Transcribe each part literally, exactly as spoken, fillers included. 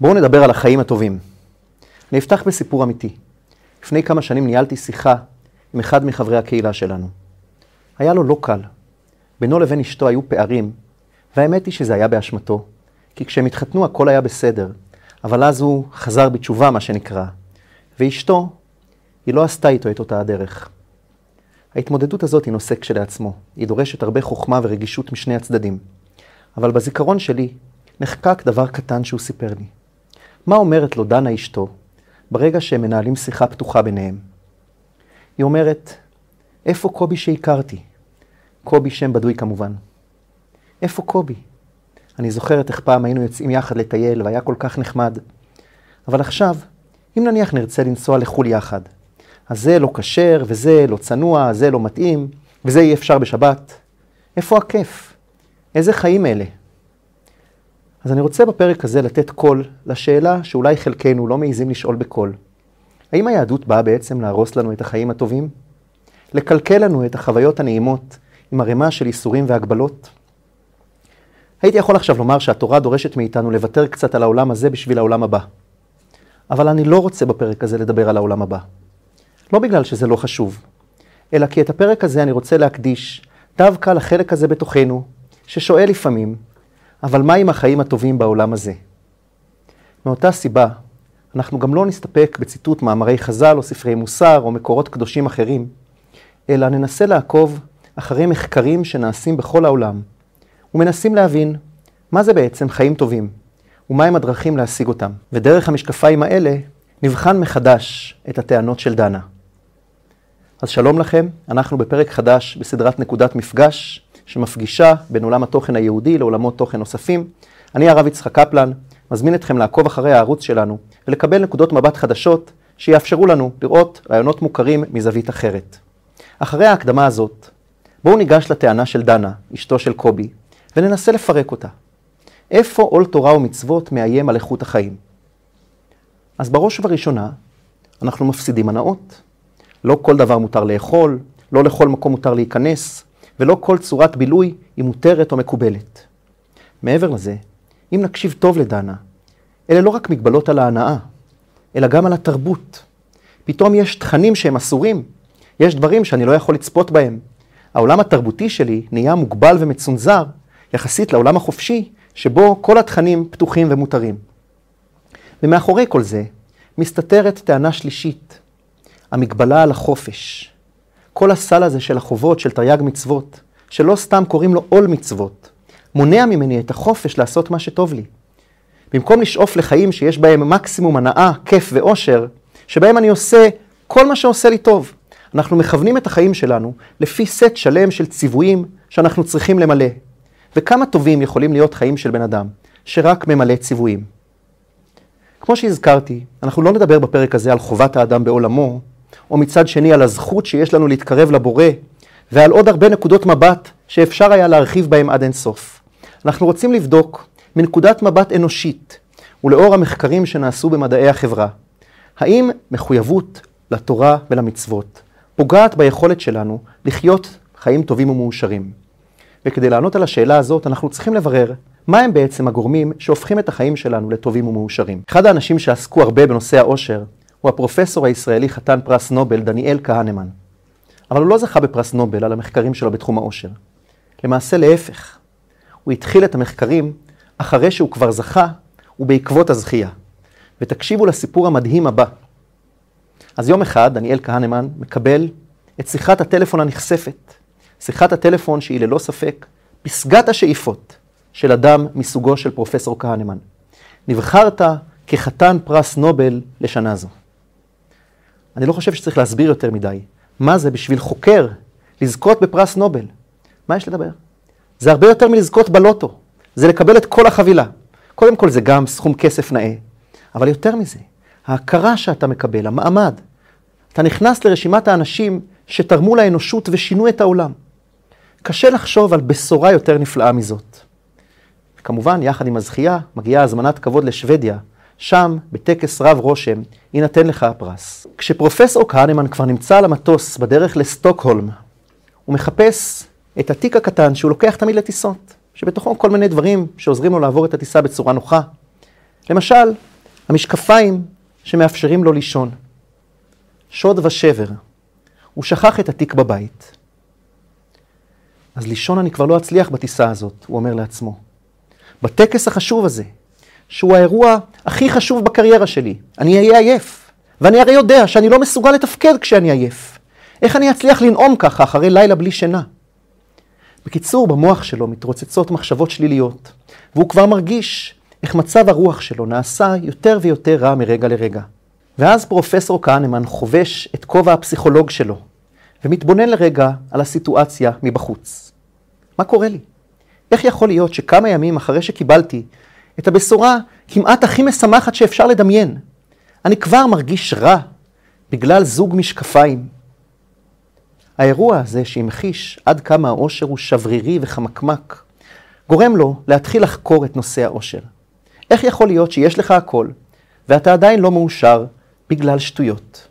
בואו נדבר על החיים הטובים. אני אפתח בסיפור אמיתי. לפני כמה שנים ניהלתי שיחה עם אחד מחברי הקהילה שלנו. היה לו לא קל. בינו לבין אשתו היו פערים, והאמת היא שזה היה באשמתו, כי כשהם התחתנו הכל היה בסדר, אבל אז הוא חזר בתשובה, מה שנקרא, ואשתו, היא לא עשתה איתו את אותה הדרך. ההתמודדות הזאת היא נושא כשלעצמו. היא דורשת הרבה חוכמה ורגישות משני הצדדים. אבל בזיכרון שלי נחקק דבר קטן שהוא סיפר לי. מה אומרת לו דנה אשתו ברגע שהם מנהלים שיחה פתוחה ביניהם? היא אומרת, איפה קובי שהכרתי? קובי שם בדוי כמובן. איפה קובי? אני זוכרת איך פעם היינו יוצאים יחד לטייל והיה כל כך נחמד. אבל עכשיו, אם נניח נרצה לנסוע לחול יחד, אז זה לא כשר וזה לא צנוע, זה לא מתאים, וזה אי אפשר בשבת. איפה הכיף? איזה חיים אלה? אז אני רוצה בפרק הזה לתת קול לשאלה שאולי חלקנו לא מעיזים לשאול בקול. האם היהדות באה בעצם להרוס לנו את החיים הטובים? לקלקל לנו את החוויות הנעימות עם הרמה של איסורים והגבלות? הייתי יכול עכשיו לומר שהתורה דורשת מאיתנו לוותר קצת על העולם הזה בשביל העולם הבא. אבל אני לא רוצה בפרק הזה לדבר על העולם הבא. לא בגלל שזה לא חשוב, אלא כי את הפרק הזה אני רוצה להקדיש דווקא לחלק הזה בתוכנו, ששואל לפעמים, אבל מה עם החיים הטובים בעולם הזה? מאותה סיבה, אנחנו גם לא נסתפק בציטוט מאמרי חז"ל או ספרי מוסר או מקורות קדושים אחרים, אלא ננסה לעקוב אחרי מחקרים שנעשים בכל העולם, ומנסים להבין מה זה בעצם חיים טובים, ומה הם הדרכים להשיג אותם. ודרך המשקפיים האלה נבחן מחדש את הטענות של דנה. אז שלום לכם, אנחנו בפרק חדש בסדרת נקודת מפגש, שמפגישה בין עולם התוכן היהודי לעולמות תוכן נוספים. אני הרב יצחק קפלן, מזמין אתכם לעקוב אחרי הערוץ שלנו, ולקבל נקודות מבט חדשות שיאפשרו לנו לראות רעיונות מוכרים מזווית אחרת. אחרי ההקדמה הזאת, בואו ניגש לטענה של דנה, אשתו של קובי, וננסה לפרק אותה. איפה עול תורה ומצוות מאיים על איכות החיים? אז בראש ובראשונה, אנחנו מפסידים הנאות. לא כל דבר מותר לאכול, לא לכל מקום מותר להיכנס, ולא כל צורת בילוי היא מותרת או מקובלת. מעבר לזה, אם נקשיב טוב לדנה, אלה לא רק מגבלות על ההנאה, אלא גם על התרבות. פתאום יש תכנים שהם אסורים, יש דברים שאני לא יכול לצפות בהם. העולם התרבותי שלי נהיה מוגבל ומצונזר, יחסית לעולם החופשי, שבו כל התכנים פתוחים ומותרים. ומאחורי כל זה, מסתתרת טענה שלישית, המגבלה על החופש. כל הסל הזה של החובות, של תרי"ג מצוות, שלא סתם קוראים לו עול מצוות, מונע ממני את החופש לעשות מה שטוב לי. במקום לשאוף לחיים שיש בהם מקסימום הנאה, כיף ואושר, שבהם אני עושה כל מה שעושה לי טוב. אנחנו מכוונים את החיים שלנו לפי סט שלם של ציוויים שאנחנו צריכים למלא. וכמה טובים יכולים להיות חיים של בן אדם, שרק ממלא ציוויים. כמו שהזכרתי, אנחנו לא נדבר בפרק הזה על חובת האדם בעולמו, או מצד שני על הזכות שיש לנו להתקרב לבורא, ועל עוד הרבה נקודות מבט שאפשר היה להרחיב בהם עד אין סוף. אנחנו רוצים לבדוק מנקודת מבט אנושית, ולאור המחקרים שנעשו במדעי החברה, האם מחויבות לתורה ולמצוות פוגעת ביכולת שלנו לחיות חיים טובים ומאושרים. וכדי לענות על השאלה הזאת, אנחנו צריכים לברר מה הם בעצם הגורמים שהופכים את החיים שלנו לטובים ומאושרים. אחד האנשים שעסקו הרבה בנושא האושר, הוא הפרופסור הישראלי חתן פרס נובל דניאל כהנמן. אבל הוא לא זכה בפרס נובל על המחקרים שלו בתחום האושר. למעשה להפך. הוא התחיל את המחקרים אחרי שהוא כבר זכה ובעקבות הזכייה. ותקשיבו לסיפור המדהים הבא. אז יום אחד דניאל כהנמן מקבל את שיחת הטלפון הנחשפת. שיחת הטלפון שהיא ללא ספק פסגת השאיפות של אדם מסוגו של פרופסור כהנמן. נבחרת כחתן פרס נובל לשנה זו. אני לא חושב שצריך להסביר יותר מדי. מה זה בשביל חוקר לזכות בפרס נובל? מה יש לדבר? זה הרבה יותר מלזכות בלוטו. זה לקבל את כל החבילה. קודם כל זה גם סכום כסף נאה. אבל יותר מזה, ההכרה שאתה מקבל, המעמד. אתה נכנס לרשימת האנשים שתרמו לאנושות ושינו את העולם. קשה לחשוב על בשורה יותר נפלאה מזאת. כמובן, יחד עם הזכייה, מגיעה הזמנת כבוד לשוודיה. שם, בטקס רב רושם, יינתן לך הפרס. כשפרופסור כהנמן כבר נמצא על המטוס בדרך לסטוקהולם, הוא מחפש את התיק הקטן שהוא לוקח תמיד לטיסות, שבתוכו כל מיני דברים שעוזרים לו לעבור את הטיסה בצורה נוחה. למשל, המשקפיים שמאפשרים לו לישון. שוד ושבר. הוא שכח את התיק בבית. אז לישון אני כבר לא אצליח בטיסה הזאת, הוא אומר לעצמו. בטקס החשוב הזה, שהוא האירוע הכי חשוב בקריירה שלי, אני אהיה עייף. ואני הרי יודע שאני לא מסוגל לתפקד כשאני עייף. איך אני אצליח לנעום ככה אחרי לילה בלי שינה? בקיצור, במוח שלו מתרוצצות מחשבות שליליות, והוא כבר מרגיש איך מצב הרוח שלו נעשה יותר ויותר רע מרגע לרגע. ואז פרופסור כהנמן חובש את כובע הפסיכולוג שלו, ומתבונן לרגע על הסיטואציה מבחוץ. מה קורה לי? איך יכול להיות שכמה ימים אחרי שקיבלתי את הבשורה כמעט הכי משמחת שאפשר לדמיין, אני כבר מרגיש רע בגלל זוג משקפיים? האירוע הזה שהמחיש עד כמה האושר הוא שברירי וחמקמק, גורם לו להתחיל לחקור את נושא האושר. איך יכול להיות שיש לך הכל, ואתה עדיין לא מאושר בגלל שטויות?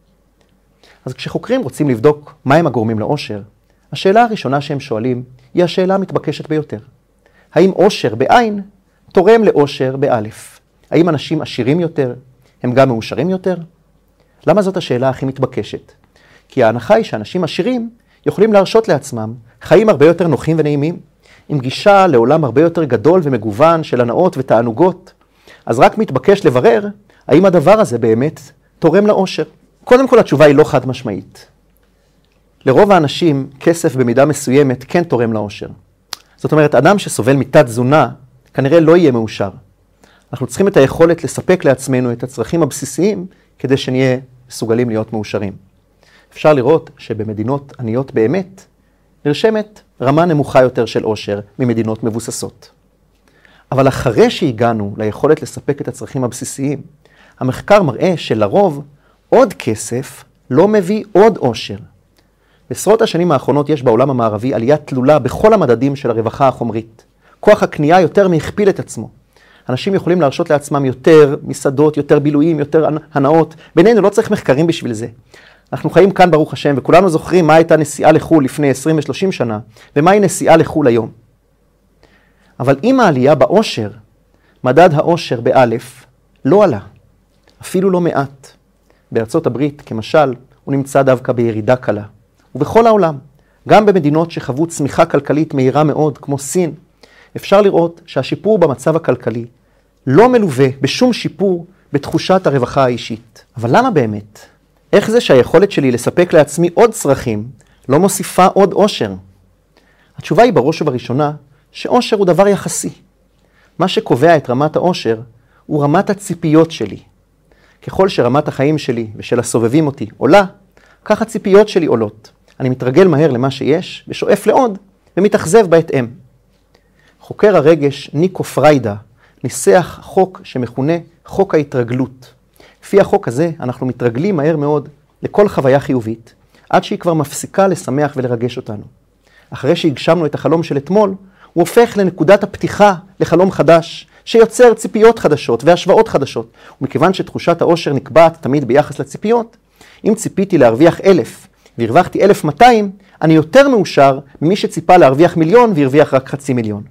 אז כשחוקרים רוצים לבדוק מהם הגורמים לאושר, השאלה הראשונה שהם שואלים היא השאלה המתבקשת ביותר. האם אושר בעין תורם לאושר באלף? האם אנשים עשירים יותר הם גם מאושרים יותר? למה זאת השאלה הכי מתבקשת? כי ההנחה היא שאנשים עשירים יכולים להרשות לעצמם חיים הרבה יותר נוחים ונעימים, עם גישה לעולם הרבה יותר גדול ומגוון של הנאות ותענוגות. אז רק מתבקש לברר האם הדבר הזה באמת תורם לאושר. קודם כל התשובה היא לא חד משמעית. לרוב האנשים כסף במידה מסוימת כן תורם לאושר. זאת אומרת, אדם שסובל מתת תזונה כנראה לא יהיה מאושר. אנחנו צריכים את היכולת לספק לעצמנו את הצרכים הבסיסיים כדי שנהיה מסוגלים להיות מאושרים. אפשר לראות שבמדינות עניות באמת נרשמת רמה נמוכה יותר של אושר ממדינות מבוססות. אבל אחרי שהגענו ליכולת לספק את הצרכים הבסיסיים, המחקר מראה שלרוב עוד כסף לא מביא עוד אושר. בעשרות השנים האחרונות יש בעולם המערבי עלייה תלולה בכל המדדים של הרווחה החומרית. כוח הקנייה יותר מהכפיל את עצמו. אנשים יכולים להרשות לעצמם יותר מסעדות, יותר בילויים, יותר הנאות. בינינו לא צריך מחקרים בשביל זה. אנחנו חיים כאן ברוך השם, וכולנו זוכרים מה הייתה נסיעה לחול לפני עשרים ושלושים שנה, ומהי נסיעה לחול היום. אבל עם העלייה באושר, מדד האושר באלף לא עלה, אפילו לא מעט. בארצות הברית, כמשל, הוא נמצא דווקא בירידה קלה. ובכל העולם, גם במדינות שחוו צמיחה כלכלית מהירה מאוד, כמו סין, אפשר לראות שהשיפור במצב הכלכלי לא מלווה בשום שיפור בתחושת הרווחה האישית. אבל למה באמת? איך זה שהיכולת שלי לספק לעצמי עוד צרכים לא מוסיפה עוד אושר? התשובה היא בראש ובראשונה שאושר הוא דבר יחסי. מה שקובע את רמת האושר הוא רמת הציפיות שלי. ככל שרמת החיים שלי ושל הסובבים אותי עולה, כך הציפיות שלי עולות. אני מתרגל מהר למה שיש ושואף לעוד ומתאכזב בהתאם. חוקר הרגש ניקו פריידה ניסח חוק שמכונה חוק ההתרגלות. לפי החוק הזה אנחנו מתרגלים מהר מאוד לכל חוויה חיובית, עד שהיא כבר מפסיקה לשמח ולרגש אותנו. אחרי שהגשמנו את החלום של אתמול, הוא הופך לנקודת הפתיחה לחלום חדש, שיוצר ציפיות חדשות והשוואות חדשות. ומכיוון שתחושת האושר נקבעת תמיד ביחס לציפיות, אם ציפיתי להרוויח אלף והרווחתי אלף מאתיים, אני יותר מאושר ממי שציפה להרוויח מיליון והרוויח רק חצי מיליון.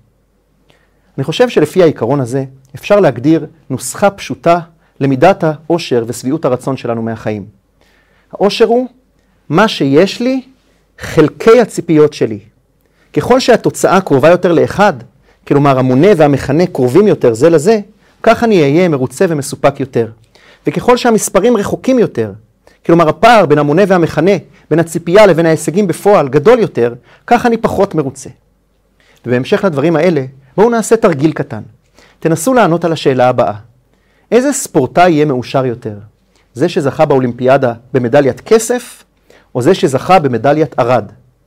אני חושב שלפי העיקרון הזה אפשר להגדיר נוסחה פשוטה למידת האושר ושביעות הרצון שלנו מהחיים. האושר הוא מה שיש לי חלקי הציפיות שלי. ככל שהתוצאה קרובה יותר לאחד, כלומר המונה והמכנה קרובים יותר זה לזה, כך אני אהיה מרוצה ומסופק יותר. וככל שהמספרים רחוקים יותר, כלומר הפער בין המונה והמכנה, בין הציפייה לבין ההישגים בפועל גדול יותר, כך אני פחות מרוצה. ובהמשך לדברים האלה, בואו נעשה תרגיל קטן. תנסו לענות על השאלה הבאה. איזה ספורטאי יהיה מאושר יותר? זה שזכה באולימפיאדה במדליית כסף, או זה שזכה במדליית ארד?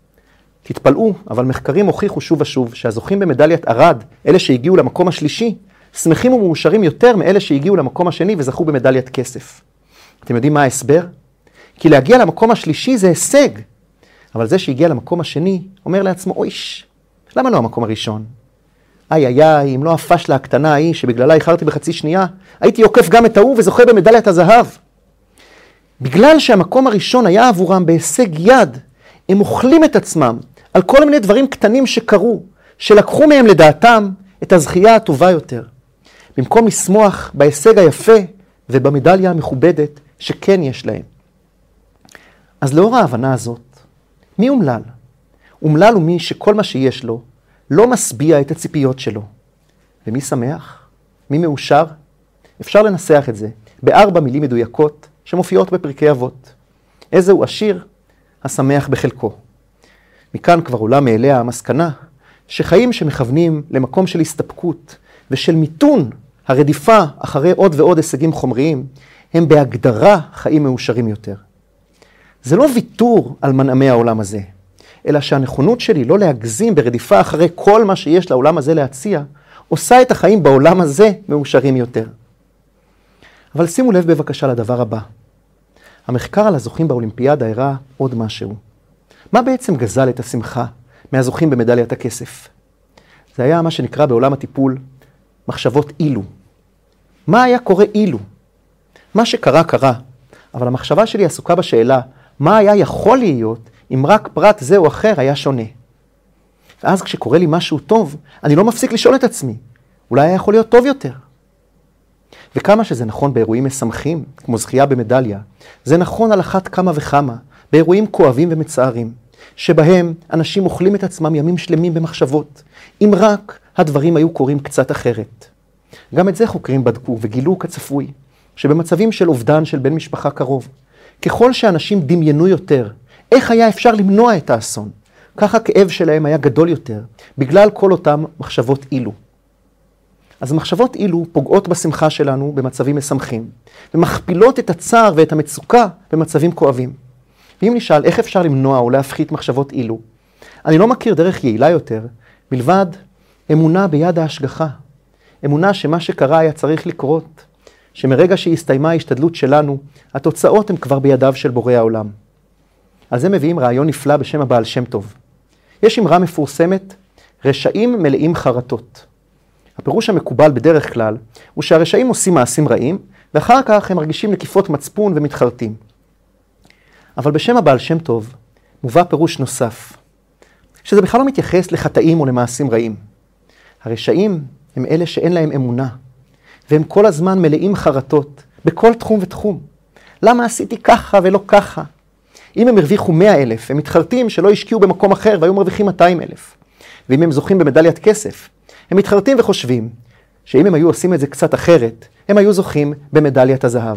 תתפלאו, אבל מחקרים הוכיחו שוב ושוב שהזוכים במדליית ארד, אלה שהגיעו למקום השלישי, שמחים ומאושרים יותר מאלה שהגיעו למקום השני וזכו במדליית כסף. אתם יודעים מה ההסבר? כי להגיע למקום השלישי זה הישג, אבל זה שהגיע למקום השני אומר לעצמו, אויש, למה לא המקום הראשון? איי איי איי, אם לא הפשלה הקטנה ההיא שבגללה איחרתי בחצי שנייה, הייתי עוקף גם את ההוא וזוכה במדליית הזהב. בגלל שהמקום הראשון היה עבורם בהישג יד, הם אוכלים את עצמם על כל מיני דברים קטנים שקרו, שלקחו מהם לדעתם את הזכייה הטובה יותר. במקום לשמוח בהישג היפה ובמדליה המכובדת שכן יש להם. אז לאור ההבנה הזאת, מי אומלל? אומלל הוא מי שכל מה שיש לו לא משביע את הציפיות שלו. ומי שמח? מי מאושר? אפשר לנסח את זה בארבע מילים מדויקות שמופיעות בפרקי אבות. איזהו עשיר? השמח בחלקו. מכאן כבר עולה מאליה המסקנה שחיים שמכוונים למקום של הסתפקות ושל מיתון הרדיפה אחרי עוד ועוד הישגים חומריים, הם בהגדרה חיים מאושרים יותר. זה לא ויתור על מנעמי העולם הזה, אלא שהנכונות שלי לא להגזים ברדיפה אחרי כל מה שיש לעולם הזה להציע, עושה את החיים בעולם הזה מאושרים יותר. אבל שימו לב בבקשה לדבר הבא. המחקר על הזוכים באולימפיאדה הראה עוד משהו. מה בעצם גזל את השמחה מהזוכים במדליית הכסף? זה היה מה שנקרא בעולם הטיפול מחשבות אילו. מה היה קורה אילו? מה שקרה קרה, אבל המחשבה שלי עסוקה בשאלה מה היה יכול להיות אם רק פרט זה או אחר היה שונה. ואז כשקורה לי משהו טוב, אני לא מפסיק לשאול את עצמי, אולי היה יכול להיות טוב יותר. וכמה שזה נכון באירועים משמחים, כמו זכייה במדליה, זה נכון על אחת כמה וכמה, באירועים כואבים ומצערים, שבהם אנשים אוכלים את עצמם ימים שלמים במחשבות, אם רק הדברים היו קורים קצת אחרת. גם את זה חוקרים בדקו וגילו כצפוי, שבמצבים של אובדן של בן משפחה קרוב, ככל שאנשים דמיינו יותר, איך היה אפשר למנוע את האסון, כך הכאב שלהם היה גדול יותר, בגלל כל אותם מחשבות אילו. אז מחשבות אילו פוגעות בשמחה שלנו במצבים משמחים, ומכפילות את הצער ואת המצוקה במצבים כואבים. ואם נשאל איך אפשר למנוע או להפחית מחשבות אילו, אני לא מכיר דרך יעילה יותר, מלבד אמונה ביד ההשגחה. אמונה שמה שקרה היה צריך לקרות, שמרגע שהסתיימה ההשתדלות שלנו, התוצאות הן כבר בידיו של בורא העולם. על זה מביאים רעיון נפלא בשם הבעל שם טוב. יש אמרה מפורסמת, רשעים מלאים חרטות. הפירוש המקובל בדרך כלל, הוא שהרשעים עושים מעשים רעים, ואחר כך הם מרגישים נקיפות מצפון ומתחרטים. אבל בשם הבעל שם טוב, מובא פירוש נוסף, שזה בכלל לא מתייחס לחטאים או למעשים רעים. הרשעים הם אלה שאין להם אמונה, והם כל הזמן מלאים חרטות, בכל תחום ותחום. למה עשיתי ככה ולא ככה? אם הם הרוויחו מאה אלף, הם מתחרטים שלא השקיעו במקום אחר והיו מרוויחים מאתיים אלף. ואם הם זוכים במדליית כסף, הם מתחרטים וחושבים שאם הם היו עושים את זה קצת אחרת, הם היו זוכים במדליית הזהב.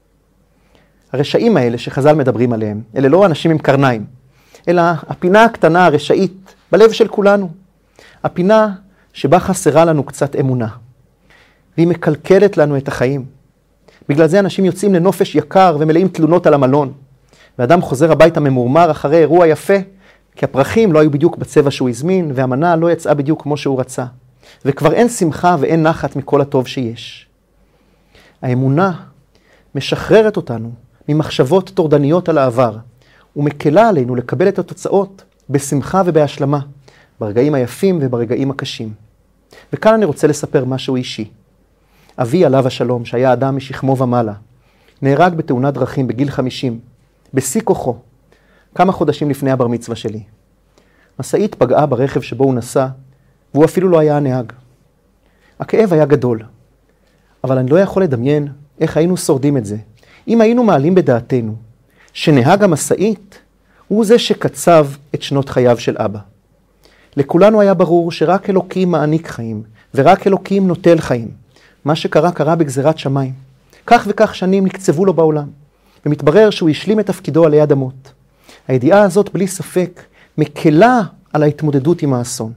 הרשעים האלה שחז"ל מדברים עליהם, אלה לא אנשים עם קרניים, אלא הפינה הקטנה הרשעית בלב של כולנו. הפינה שבה חסרה לנו קצת אמונה, והיא מקלקלת לנו את החיים. בגלל זה אנשים יוצאים לנופש יקר ומלאים תלונות על המלון, ואדם חוזר הביתה ממורמר אחרי אירוע יפה, כי הפרחים לא היו בדיוק בצבע שהוא הזמין, והמנה לא יצאה בדיוק כמו שהוא רצה. וכבר אין שמחה ואין נחת מכל הטוב שיש. האמונה משחררת אותנו ממחשבות טורדניות על העבר, ומקלה עלינו לקבל את התוצאות בשמחה ובהשלמה, ברגעים היפים וברגעים הקשים. וכאן אני רוצה לספר משהו אישי. אבי עליו השלום, שהיה אדם משכמו ומעלה, נהרג בתאונת דרכים בגיל חמישים, בשיא כוחו, כמה חודשים לפני הבר מצווה שלי. משאית פגעה ברכב שבו הוא נסע, והוא אפילו לא היה הנהג. הכאב היה גדול, אבל אני לא יכול לדמיין איך היינו שורדים את זה, אם היינו מעלים בדעתנו שנהג המשאית הוא זה שקצב את שנות חייו של אבא. לכולנו היה ברור שרק אלוקים מעניק חיים, ורק אלוקים נוטל חיים. מה שקרה קרה בגזירת שמיים. כך וכך שנים נקצבו לו בעולם, ומתברר שהוא השלים את תפקידו עלי אדמות. הידיעה הזאת בלי ספק מקלה על ההתמודדות עם האסון.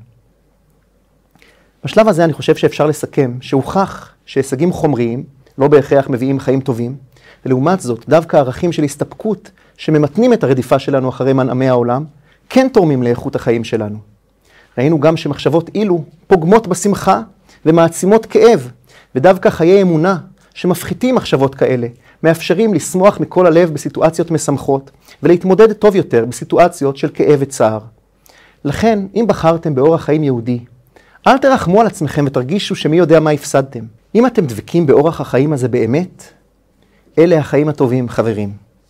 בשלב הזה אני חושב שאפשר לסכם שהוכח שהישגים חומריים לא בהכרח מביאים חיים טובים, ולעומת זאת דווקא ערכים של הסתפקות שממתנים את הרדיפה שלנו אחרי מנעמי העולם, כן תורמים לאיכות החיים שלנו. ראינו גם שמחשבות אילו פוגמות בשמחה ומעצימות כאב, ודווקא חיי אמונה שמפחיתים מחשבות כאלה, מאפשרים לשמוח מכל הלב בסיטואציות משמחות, ולהתמודד טוב יותר בסיטואציות של כאב וצער. לכן, אם בחרתם באורח חיים יהודי, אל תרחמו על עצמכם ותרגישו שמי יודע מה הפסדתם. אם אתם דבקים באורח החיים הזה באמת, אלה החיים הטובים, חברים.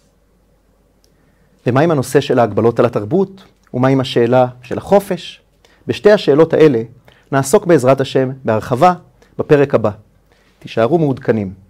ומה עם הנושא של ההגבלות על התרבות? ומה עם השאלה של החופש? בשתי השאלות האלה נעסוק בעזרת השם בהרחבה בפרק הבא. תישארו מעודכנים.